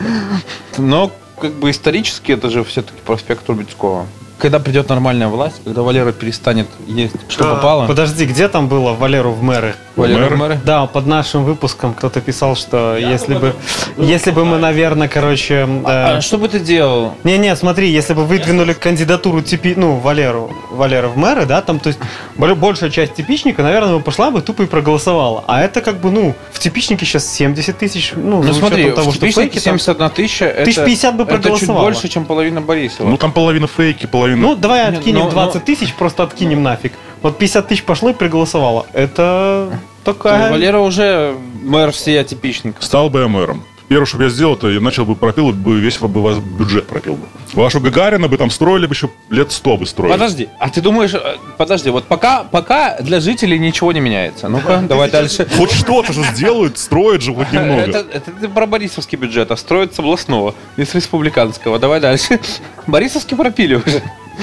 Но, как бы, исторически это же все-таки проспект Трубецкого. Когда придет нормальная власть, когда Валера перестанет есть, что Да. попало. Подожди, где там было Валеру в мэры? Валера Мэр? в мэры. Да, под нашим выпуском кто-то писал, что если бы, если бы мы, наверное, короче, А э, что бы ты делал? не-не, смотри, если бы выдвинули кандидатуру типи, ну Валеру, Валера в мэры, да, там, то есть более- большая часть типичника, наверное, бы пошла бы тупо и проголосовала. А это как бы, ну, в типичнике сейчас семьдесят тысяч, ну, Ну за смотри, учетом того, в что типичнике фейки там- семьдесят одна тысяча, это, Тысяч пятьдесят бы это чуть проголосовало. больше, чем половина Борисова. Ну, там половина фейки, половина... Ну, давай Не, откинем ну, двадцать тысяч, просто откинем нафиг. Вот пятьдесят тысяч пошло и проголосовало. Это такая... Валера уже мэр всея типичника. Стал бы я мэром. Первое, что бы я сделал, это я начал бы пропил бы весь бы вас бюджет пропил бы. Вашу Гагарина бы там строили бы еще лет сто бы строили. Подожди, а ты думаешь, э, подожди, вот пока, пока для жителей ничего не меняется. Ну-ка, давай дальше. Хоть что-то же сделают, строят же хоть немного. Это, это ты про борисовский бюджет, а строят с областного и с республиканского. Давай дальше. Борисовский пропили уже.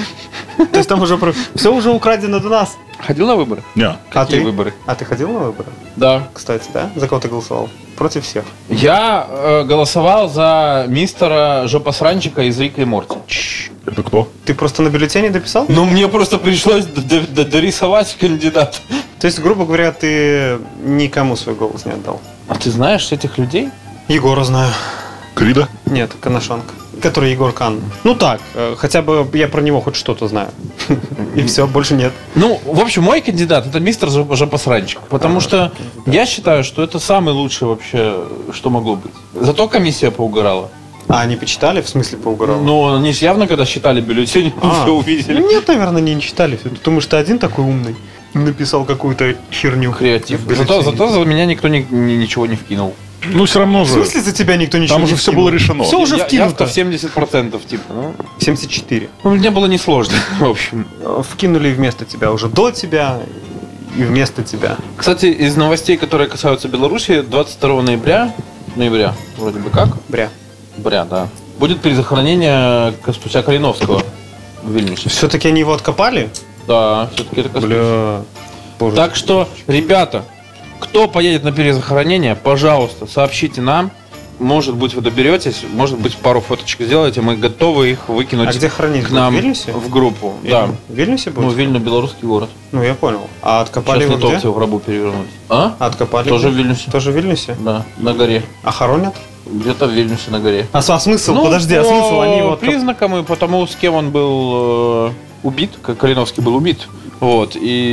То есть там уже... Все уже украдено до нас. Ходил на выборы? Не. А Какие ты? выборы? А ты ходил на выборы? Да. Кстати, да? За кого ты голосовал? Против всех. Я э, голосовал за мистера Жопосранчика из Рика и Морти. Это кто? Ты просто на бюллетене дописал? Ну, мне просто пришлось д- д- д- дорисовать кандидата. То есть, грубо говоря, ты никому свой голос не отдал? А ты знаешь этих людей? Егора знаю. Крида? Нет, Коношенко. Который Егор Кан. Ну так, э, хотя бы я про него хоть что-то знаю. И все, больше нет. Ну, в общем, мой кандидат это мистер Жоп- Жопосранчик. Потому что я считаю, что это самый лучший вообще, что могло быть. Зато комиссия поугорала. А, они почитали? В смысле поугорал? Ну, они же явно, когда считали бюллетень, А. все увидели. Нет, наверное, они не читали. Потому что ты один такой умный написал какую-то херню. Креатив. В бюллетене. Зато, зато за меня никто ни- ни- ничего не вкинул. Ну, все равно В же. смысле за тебя никто ничего Там не уже все вкинул? было решено. Все уже Я- вкинуто. Я в семьдесят процентов, типа. Ну, семьдесят четыре. ну, мне было несложно, в общем. Э, Вкинули вместо тебя уже до тебя и вместо тебя. Кстати, из новостей, которые касаются Беларуси, двадцать второго ноября, ноября, вроде бы как, Бря. ноября, да, будет перезахоронение Каспуся Калиновского в Вильнюсе. Все-таки они его откопали? Да, все-таки это Каспус. Бля. Боже. Так что, ребята, кто поедет на перезахоронение, пожалуйста, сообщите нам. может быть, вы доберетесь, может быть, пару фоточек сделаете, мы готовы их выкинуть А где хранить к нам будет? В Вильнюсе? в группу. Или Да. В Вильнюсе будет? Ну, Вильно, белорусский город. Ну, я понял. А откопали Сейчас его где? литовцы в гробу перевернулись. А? Откопали Тоже где? в Вильнюсе. Тоже в Вильнюсе? Да, на горе. А хоронят? Где-то в Вильнюсе на горе. А, а смысл? Ну, Подожди, а по смысл? Они его откоп- признакам и потому, с кем он был э, убит, как Калиновский был убит. Вот.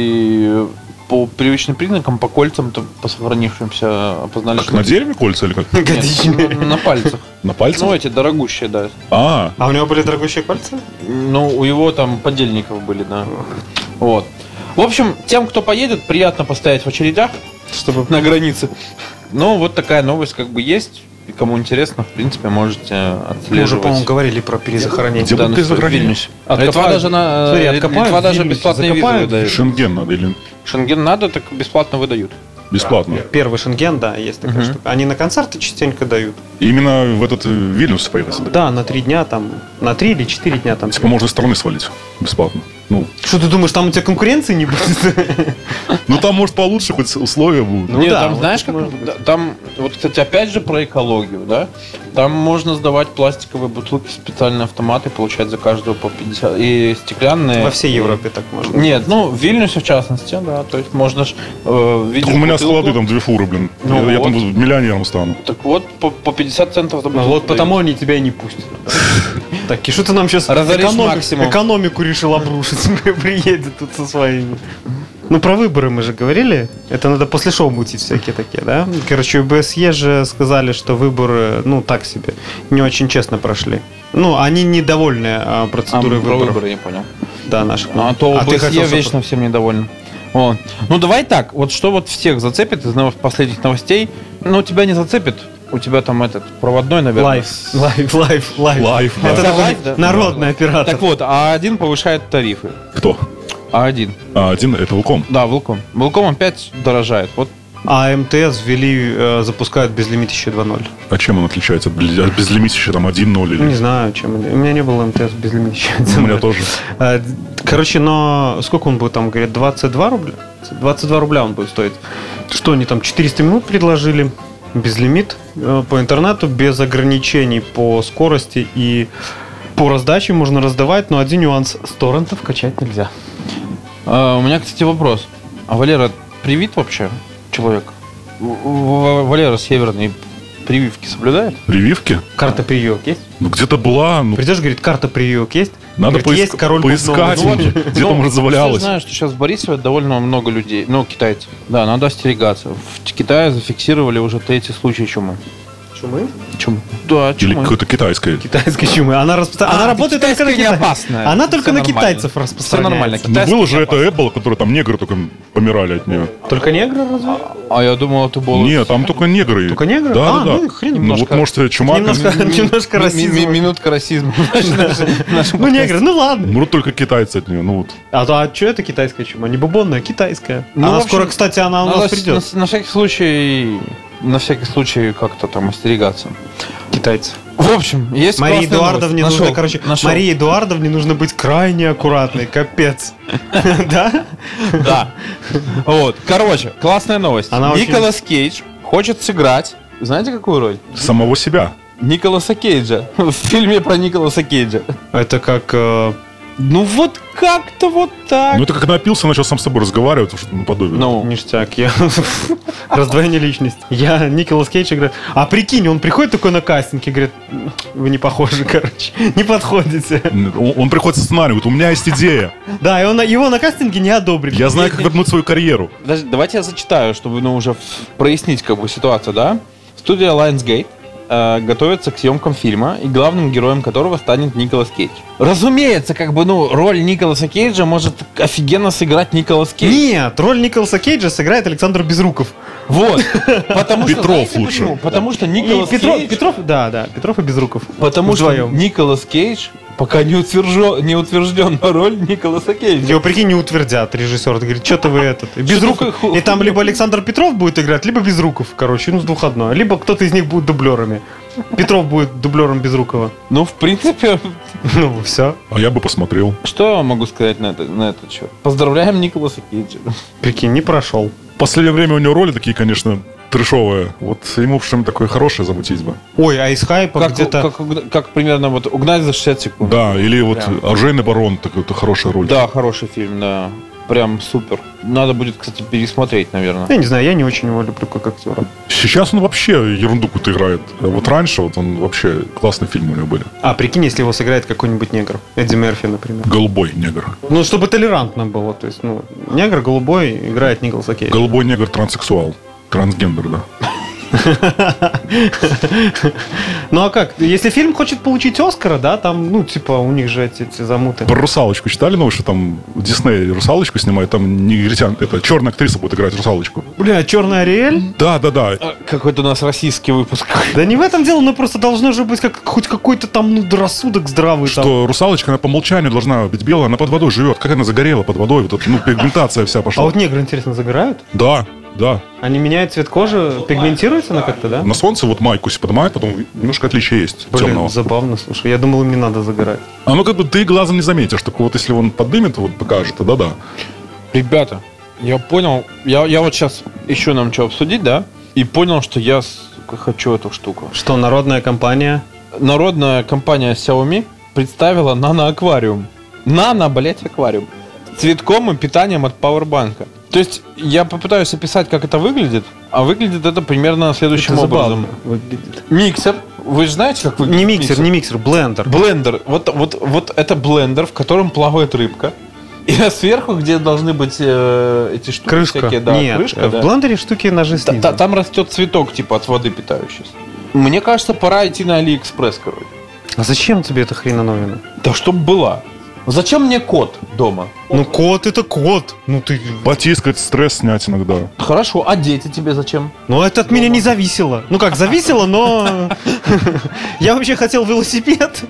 И по привычным признакам, по кольцам, то, по сохранившимся опознали, Как что... на дереве кольца или как? Нет, Годичные. на, на пальцах. На пальце? Ну, эти дорогущие, да. А, А у него были дорогущие кольца? Ну, у его там подельников были, да. Вот. В общем, тем, кто поедет, приятно постоять в очередях, Чтобы... на границе. Ну, вот такая новость как бы есть. И кому интересно, в принципе, можете отслеживать. Мы уже, по-моему, говорили про перезахоронение. Где Да, будет ну, что, в перезахоронение? Вильнюсе. Откопают. Литва даже, на, Смотри, Лит- откопают Литва в даже Вильнюсе, бесплатные визы закопают. выдает. Шенген надо или Шенген надо, так бесплатно выдают. бесплатно? Первый Шенген, да, есть такая Мгм. штука. Они на концерты частенько дают. Именно в этот э, Вильнюс поехать? Да, на три дня там, на три или четыре дня там. Типа можно из страны свалить бесплатно. Ну, Что ты думаешь, там у тебя конкуренции не будет? ну там, может, получше хоть условия будут. Ну Нет, да, там, вот знаешь, так как, может быть. да, там, вот, кстати, опять же про экологию, да, там можно сдавать пластиковые бутылки в специальные автоматы, получать за каждую по пятьдесят, и стеклянные. Во всей Европе так можно. Нет, ну, в Вильнюсе, в частности, да, то есть можно ж, э, видишь Так у меня бутылку, склады там две фуры, блин. Ну я, я вот. там миллионером стану. Так вот, по, по пятьдесят центов за Ну бутылку вот дают. потому они тебя и не пустят. Так, и что ты нам сейчас Разоришь максимум. экономику решил обрушить? Приедет тут со своими. Ну, про выборы мы же говорили. Это надо после шоу мутить всякие такие, да? Короче, у БСЕ же сказали, что выборы, ну, так себе, не очень честно прошли. Ну, они недовольны а, А, процедурой про выборов. выборы, я понял. Да, наших. А то ты ОБСЕ хотел, что- вечно всем недоволен. Вот. Ну давай так, вот что вот всех зацепит из нов- последних новостей, ну тебя не зацепит, у тебя там этот проводной, наверное. Лайф, лайф, лайф, лайф. Лайф, да. Это Да, такой лайф, да? народный оператор. Так вот, а один повышает тарифы. Кто? А один. А, один это Вилком. Да, Вилком. Вилком опять дорожает. Вот. А МТС ввели, э, запускают безлимитище два ноль. А чем он отличается от без- от безлимитища там один ноль Ну, не или? знаю, чем. У меня не было МТС безлимитище. У меня тоже. Э, Короче, но сколько он будет там, говорят, двадцать два рубля? двадцать два рубля он будет стоить. Что они там, четыреста минут предложили, безлимит э, по интернету, без ограничений по скорости и по раздаче можно раздавать, но один нюанс, с торрентов качать нельзя. А, у меня, кстати, вопрос. А Валера привит вообще человек? В- в- Валера Северный прививки соблюдает? Прививки? Карта прививок есть? Ну где-то была, ну Придешь, говорит, карта прививок есть? надо Говорит, поиск- есть король поискать, губного боя. где там Ну, завалялось. Я знаю, что сейчас в Борисове довольно много людей, ну, китайцев. Да, надо остерегаться. В Китае зафиксировали уже третий случай чумы. Чумы? Чумы? Да, Или чумы. какое-то китайское. Китайской чумы. Она, распро- А, она работает только на китайская не китайцев. опасная. Она только Всё на нормально. китайцев Все распространяется. нормально. Ну, Китайская было же не это опасная. Apple, который там негры только помирали от нее. Только негры разве? А я думал, это было... Нет, там только негры. Только негры? Да, А, да, ну, да. хрен Ну немножко. вот, может, чума... Немножко, немножко Ми- ми- расизма. Минутка расизма. Ну, негры, ну ладно. Мрут только китайцы от нее. Ну вот. А то, а что это китайская чума? Не бубонная, китайская. Ну, в Она общем, скоро, кстати, она у нас Надо придет. на, на всякий случай, на всякий случай как-то там остерегаться. Китайцы. В общем, есть Марии классная Эдуардовне новость. нужно, Нашел, короче, нашел. Марии Эдуардовне нужно быть крайне аккуратной, капец. Да? Да. Вот. Короче, классная новость. Она очень- Николас Кейдж хочет сыграть. Знаете, какую роль? Самого себя. Николаса Кейджа. В фильме про Николаса Кейджа. Это как... э, Ну вот как-то вот так. Ну это как напился, начал сам с собой разговаривать, что-то наподобие. Ну, Ништяк, я... Раздвоение личности. Я Николас Кейдж играю. А прикинь, он приходит такой на кастинг и говорит, вы не похожи, короче, не подходите. Он, он приходит со сценарием, говорит, у меня есть идея. Да, и он, его на кастинге не одобрили. Я знаю, как вернуть свою карьеру. подожди, давайте я зачитаю, чтобы ну, уже в- прояснить как бы ситуацию, да? Студия Lionsgate э, готовится к съемкам фильма, и главным героем которого станет Николас Кейдж. Разумеется, как бы, ну, роль Николаса Кейджа может офигенно сыграть Николас Кейдж. Нет, роль Николаса Кейджа сыграет Александр Безруков. Вот. Потому что, Петров знаете лучше. почему? Потому что И Николас Петров, Кейдж... Петров, да, да, Петров и Безруков. Потому что Вдвоем. Николас Кейдж пока не, утвержден, не утвержден на роль Николаса Кейджа. Его, прикинь, не утвердят режиссер. Говорит, что-то вы этот. И Безруков. вы ху- И там либо Александр Петров будет играть, либо Безруков, короче, ну с двух одно. Либо кто-то из них будет дублерами. Петров будет дублером Безрукова. Ну, в принципе, Ну, все. А я бы посмотрел. что я могу сказать на, это, на этот счет? Поздравляем Николаса Кейджа. Прикинь, не прошел. В последнее время у него роли такие, конечно, трешовое. Вот ему что-нибудь такое хорошее замутить бы. Ой, а из хайпа Как, где-то... как, как примерно вот «Угнать за шестьдесят секунд». Да, или вот Прям. «Оружейный барон», такой это хорошая роль. Да, хороший фильм, да. Прям супер. Надо будет, кстати, пересмотреть, наверное. Я не знаю, я не очень его люблю как актера. Сейчас он вообще ерунду какую-то играет. А вот раньше вот он вообще классные фильмы у него были. А, прикинь, если его сыграет какой-нибудь негр. Эдди Мерфи, например. Голубой негр. Ну, чтобы толерантно было. То есть, ну, негр голубой играет Николаса Кейджа. Голубой негр транссексуал. Трансгендер, да. Ну а как? Если фильм хочет получить Оскара, да, там, ну, типа, у них же эти, эти замуты. Про русалочку читали новость, что там Дисней русалочку снимает, там негритян, это черная актриса будет играть русалочку. Бля, черный Ариэль? Да, да, да. А, Какой-то у нас российский выпуск. Да не в этом дело, но просто должно же быть как, хоть какой-то там, ну, рассудок здравый. Там. Что русалочка, она по умолчанию должна быть белая, она под водой живет. Как она загорела под водой, вот эта, ну, пигментация вся А пошла. вот негры, интересно, загорают? Да, да. Они меняют цвет кожи, пигментируется она как-то, да? На солнце вот майку себе поднимает, потом немножко отличие есть Блин, темного. забавно, слушай. Я думал, им не надо загорать. А ну как бы ты глазом не заметишь, только вот если он поднимет, вот покажет, тогда да. Ребята, я понял. Я, я вот сейчас ищу нам что обсудить, да? И понял, что я сука, хочу эту штуку. Что, народная компания? Народная компания Xiaomi представила нано-аквариум. Нано, блять, аквариум. С цветком и питанием от пауэрбанка. То есть я попытаюсь описать, как это выглядит, а выглядит это примерно следующим Это образом. забавно выглядит. Миксер. Вы же знаете, как выглядит Не миксер, не миксер, блендер. Блендер. Вот, вот, вот это блендер, в котором плавает рыбка. И сверху, где должны быть э, эти штуки Крышка. всякие, да, Нет, крышка, в да. блендере штуки ножи Та- снизу. та- Там растет цветок, типа, от воды питающийся. Мне кажется, пора идти на Алиэкспресс, короче. А зачем тебе эта хреновина? Да чтоб была. Зачем мне кот дома? Ну, кот это кот. Ну, ты... Потискать, стресс снять иногда. Хорошо, а дети тебе зачем? Ну, это от меня не зависело. Ну, как, зависело, но... Я вообще хотел велосипед.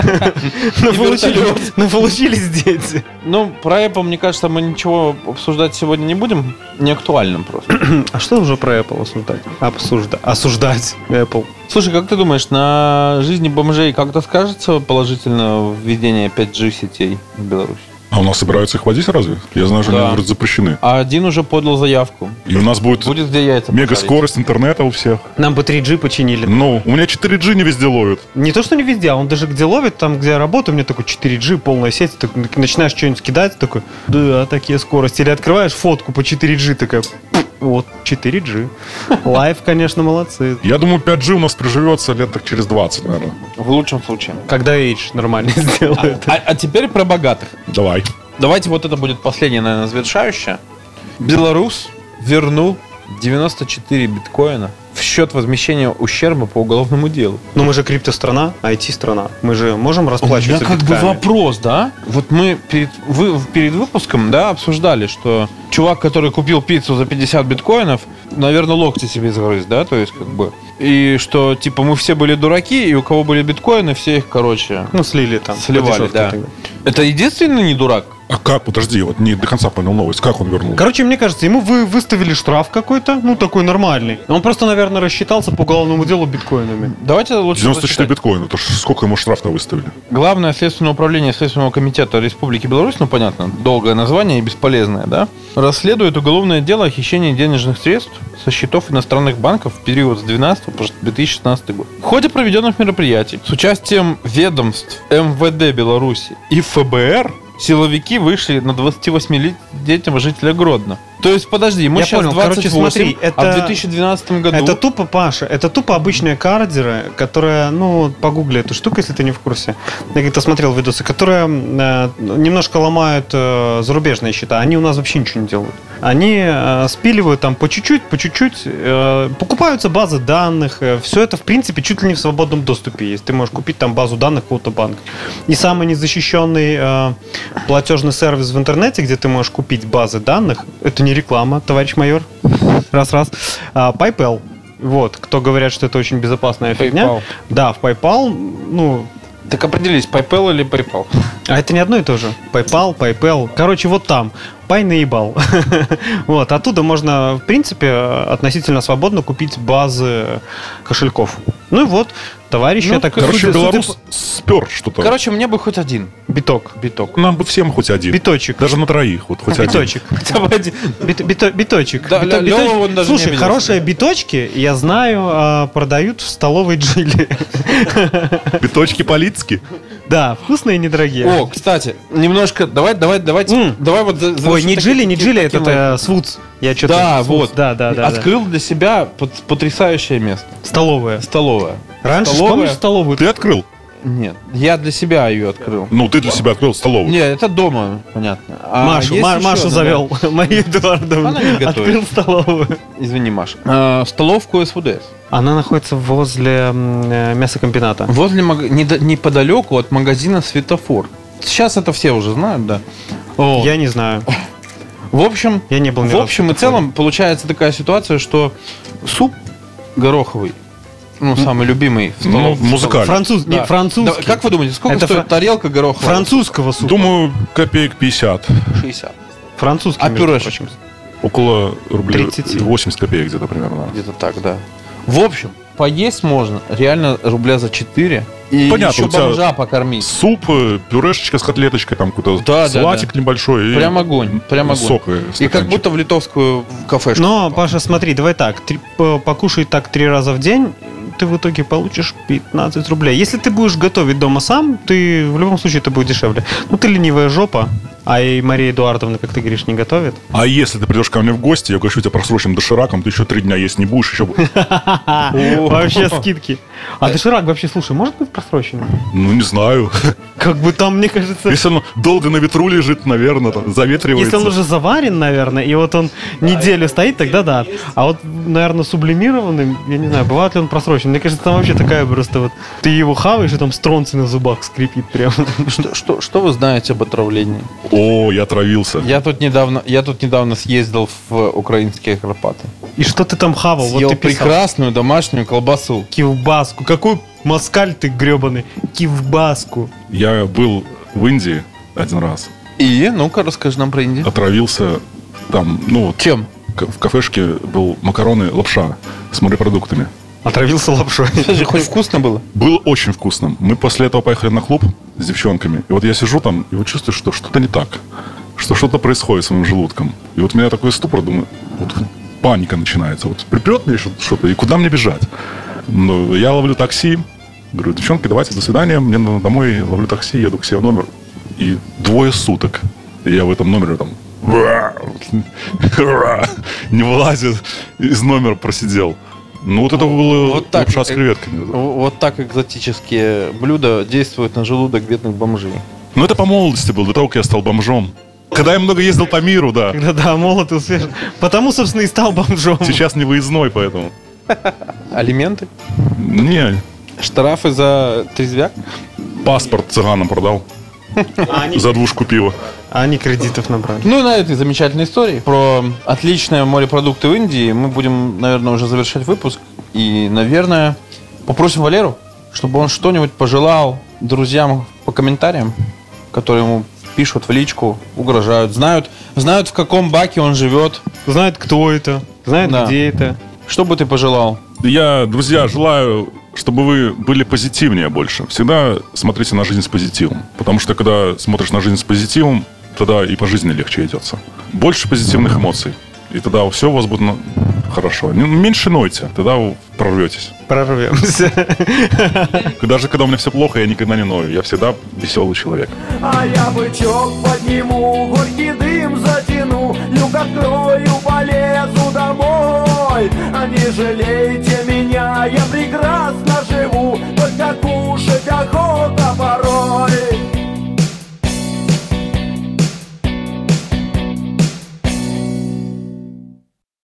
Но получили- но получились дети. Ну, про Apple, мне кажется, мы ничего обсуждать сегодня не будем. Не актуальным просто. А что уже про Apple осуждать? Обсуждать. Осуждать Apple. Слушай, как ты думаешь, на жизни бомжей как-то скажется положительно введение пять джи сетей в Беларуси? А у нас собираются их водить разве? Я знаю, что Да. они вроде запрещены. А один уже подал заявку. И у нас будет, Будет где яйца мега пожарить. скорость интернета у всех. Нам бы три джи починили. Ну, у меня четыре джи не везде ловит. Не то, что не везде, а он даже где ловит, там, где я работаю, у меня такой четыре джи, полная сеть, так, начинаешь что-нибудь кидать, такой, да, такие скорости. Или открываешь фотку по четыре джи, такая, вот, четыре джи. Лайв, конечно, молодцы. Я думаю, пять джи у нас приживется лет так через двадцать, наверное. В лучшем случае. Когда H нормально сделает. А, а теперь про богатых. Давай. Давайте вот это будет последнее, наверное, завершающее. Беларусь вернул девяносто четыре биткоина в счет возмещения ущерба по уголовному делу. Ну, мы же криптострана, ай ти-страна. Мы же можем У меня расплачиваться как бы битками. вопрос, да? Вот мы перед, вы, перед выпуском, да, обсуждали, что чувак, который купил пиццу за пятьдесят биткоинов, наверное, локти себе загрыз, да, то есть как бы. И что, типа, мы все были дураки, и у кого были биткоины, все их, короче, Ну, слили там. сливали, по дешевке да. тогда. Это единственный не дурак? А как? Подожди, вот не до конца понял новость. Как он вернул? Короче, мне кажется, ему вы выставили штраф какой-то, ну, такой нормальный. Он просто, наверное, рассчитался по уголовному делу биткоинами. Давайте лучше девяносто четыре прочитать. биткоина. Это ж сколько ему штраф-то выставили? Главное следственное управление Следственного комитета Республики Беларусь, ну понятно, долгое название и бесполезное, да, расследует уголовное дело о хищении денежных средств со счетов иностранных банков в период с двенадцатого по две тысячи шестнадцатый год. В ходе проведенных мероприятий с участием ведомств эм вэ дэ Беларуси и эф бэ эр силовики вышли на двадцативосьмилетнего жителя Гродно. То есть, подожди, ему Я сейчас понял. двадцать Короче, восемь, смотри, а это- в две тысячи двенадцатом году... Это тупо, Паша, это тупо обычные кардеры, которые, ну, погугли эту штуку, если ты не в курсе. Я как-то смотрел видосы, которые э, немножко ломают э, зарубежные счета. Они у нас вообще ничего не делают. Они э, спиливают там по чуть-чуть, по чуть-чуть, э, покупаются базы данных. Э, все это, в принципе, чуть ли не в свободном доступе есть. Ты можешь купить там базу данных какого-то банка. И самый незащищенный э, платежный сервис в интернете, где ты можешь купить базы данных, это не реклама, товарищ майор. Раз-раз. А, PayPal. Вот, кто говорят, что это очень безопасная фигня. PayPal. Да, в PayPal, ну, Так определись, PayPal или PayPal? а это не одно и то же. PayPal, PayPal. Короче, вот там. Пай наебал. Вот, оттуда можно, в принципе, относительно свободно купить базы кошельков. Ну и вот, товарищ, Ну, я так... Короче, судя- судя белорус спер что-то. Короче, мне бы хоть один по- Биток. биток. Нам бы всем хоть один. Биточек. Даже на троих, вот хоть один. Биточек. Хотя бы один. Бит- бито- Биточек. Да, Бито- Лё- биточ- Лёва он даже не Слушай, обиделся. хорошие биточки, я знаю, а, продают в столовой Джили. Биточки политики. Да, вкусные и недорогие. О, кстати, немножко, давай, давай, давайте, М. давай вот... за- Ой, завершим не таки- Джили, не таким- Джили, таким это Свудс. Я что-то... Да, Свудс, вот. Да, да, да. да. Открыл для себя под- потрясающее место. Столовая. Столовая. Раньше, Столовая. помнишь столовую? Ты открыл? Нет, я для себя ее открыл. Ну, ты для себя открыл столовую. Не, это дома, понятно. А Машу, есть Ма- еще Машу одна, завел. Марию Эдуардовну. Она не готовит. Открыл столовую. да. Извини, Маша. А, столовку СВДС. Она находится возле м, э, мясокомбината. Возле, маг- недо- неподалеку от магазина «Светофор». Сейчас это все уже знают, да. О, Я не знаю. В общем, Я не был ни в разу общем и в «Светофоре». целом получается такая ситуация, что суп гороховый, ну, самый любимый в Ну, столовой. музыкальный. Француз, Да. не французский. Да, как вы думаете, сколько Это стоит фра- тарелка гороховая? Французского супа. Думаю, копеек пятьдесят. шестьдесят. Французский, А между пюрешечка? прочим. Около рублей тридцать. восемьдесят копеек где-то примерно. Где-то так, да. В общем, поесть можно реально рубля за четыре. И Понятно, еще у тебя бомжа покормить. Суп, э, пюрешечка с котлеточкой, там какой-то Да, да, салатик небольшой. и Прям огонь, прям огонь. Сок и И как стаканчик. будто в литовскую кафешку. Но, Паша, смотри, давай так. Три- по- покушай так три раза в день, ты в итоге получишь пятнадцать рублей. Если ты будешь готовить дома сам, ты в любом случае это будет дешевле. Ну, ты ленивая жопа, а и Мария Эдуардовна, как ты говоришь, не готовит. А если ты придешь ко мне в гости, я говорю, что у тебя просрочен дошираком, ты еще три дня есть не будешь, еще... Вообще скидки. А доширак вообще, слушай, может быть просроченный? Ну, не знаю. Как бы там, мне кажется... Если он долго на ветру лежит, наверное, там, заветривается. Если он уже заварен, наверное, и вот он неделю стоит, тогда да. А вот, наверное, сублимированный, я не знаю, бывает ли он просрочен. Мне кажется, там вообще такая просто вот... Ты его хаваешь, и там стронций на зубах скрипит прям. Что, что, что вы знаете об отравлении? О, я отравился. Я тут недавно, я тут недавно съездил в украинские Карпаты. И что ты там хавал? Съел Вот ты писал. прекрасную домашнюю колбасу. Кивбаску. Какой москаль ты гребаный. Кивбаску. Я был в Индии один раз. И, ну-ка, расскажи нам про Индию. Отравился там, ну, вот Чем? к- в кафешке был макароны лапша с морепродуктами. Отравился лапшой. Скажи, хоть вкусно было? Было очень вкусно. Мы после этого поехали на клуб с девчонками. И вот я сижу там и вот чувствую, что что-то не так. Что что-то происходит с моим желудком. И вот у меня такой ступор, думаю, вот паника начинается. Вот припрет мне что-то, и куда мне бежать? Ну, я ловлю такси. Говорю, девчонки, давайте, до свидания. Мне надо домой, ловлю такси, еду к себе в номер. И двое суток я в этом номере там не вылазит, из номера просидел. Ну, вот это было Вот так. лапша с креветками. Вот так экзотические блюда действуют на желудок бедных бомжей. Ну, это по молодости было, до того, как я стал бомжом. Когда я много ездил по миру, да. Когда, да, молод и свеж. Потому, собственно, и стал бомжом. Сейчас не выездной, поэтому. Алименты? Не, Штрафы за трезвяк? паспорт цыганам продал А они, за двушку пива. а они кредитов набрали. Ну и на этой замечательной истории про отличные морепродукты в Индии мы будем, наверное, уже завершать выпуск. И, наверное, попросим Валеру, чтобы он что-нибудь пожелал друзьям по комментариям, которые ему пишут в личку, угрожают, знают, знают, в каком баке он живет. Знает, кто это, знает, Да. где это. Что бы ты пожелал? Я, друзья, желаю, чтобы вы были позитивнее больше. Всегда смотрите на жизнь с позитивом. Потому что, когда смотришь на жизнь с позитивом, тогда и по жизни легче идется. Больше позитивных эмоций. И тогда все у вас будет ну, хорошо. Не- Меньше нойте, тогда вы прорветесь. Прорвемся. Даже когда у меня все плохо, я никогда не ною. Я всегда веселый человек. А я бычок подниму, горький дым затяну, люк открою, полезу домой. А не жалейте меня, я прекрасно живу, только кушать охота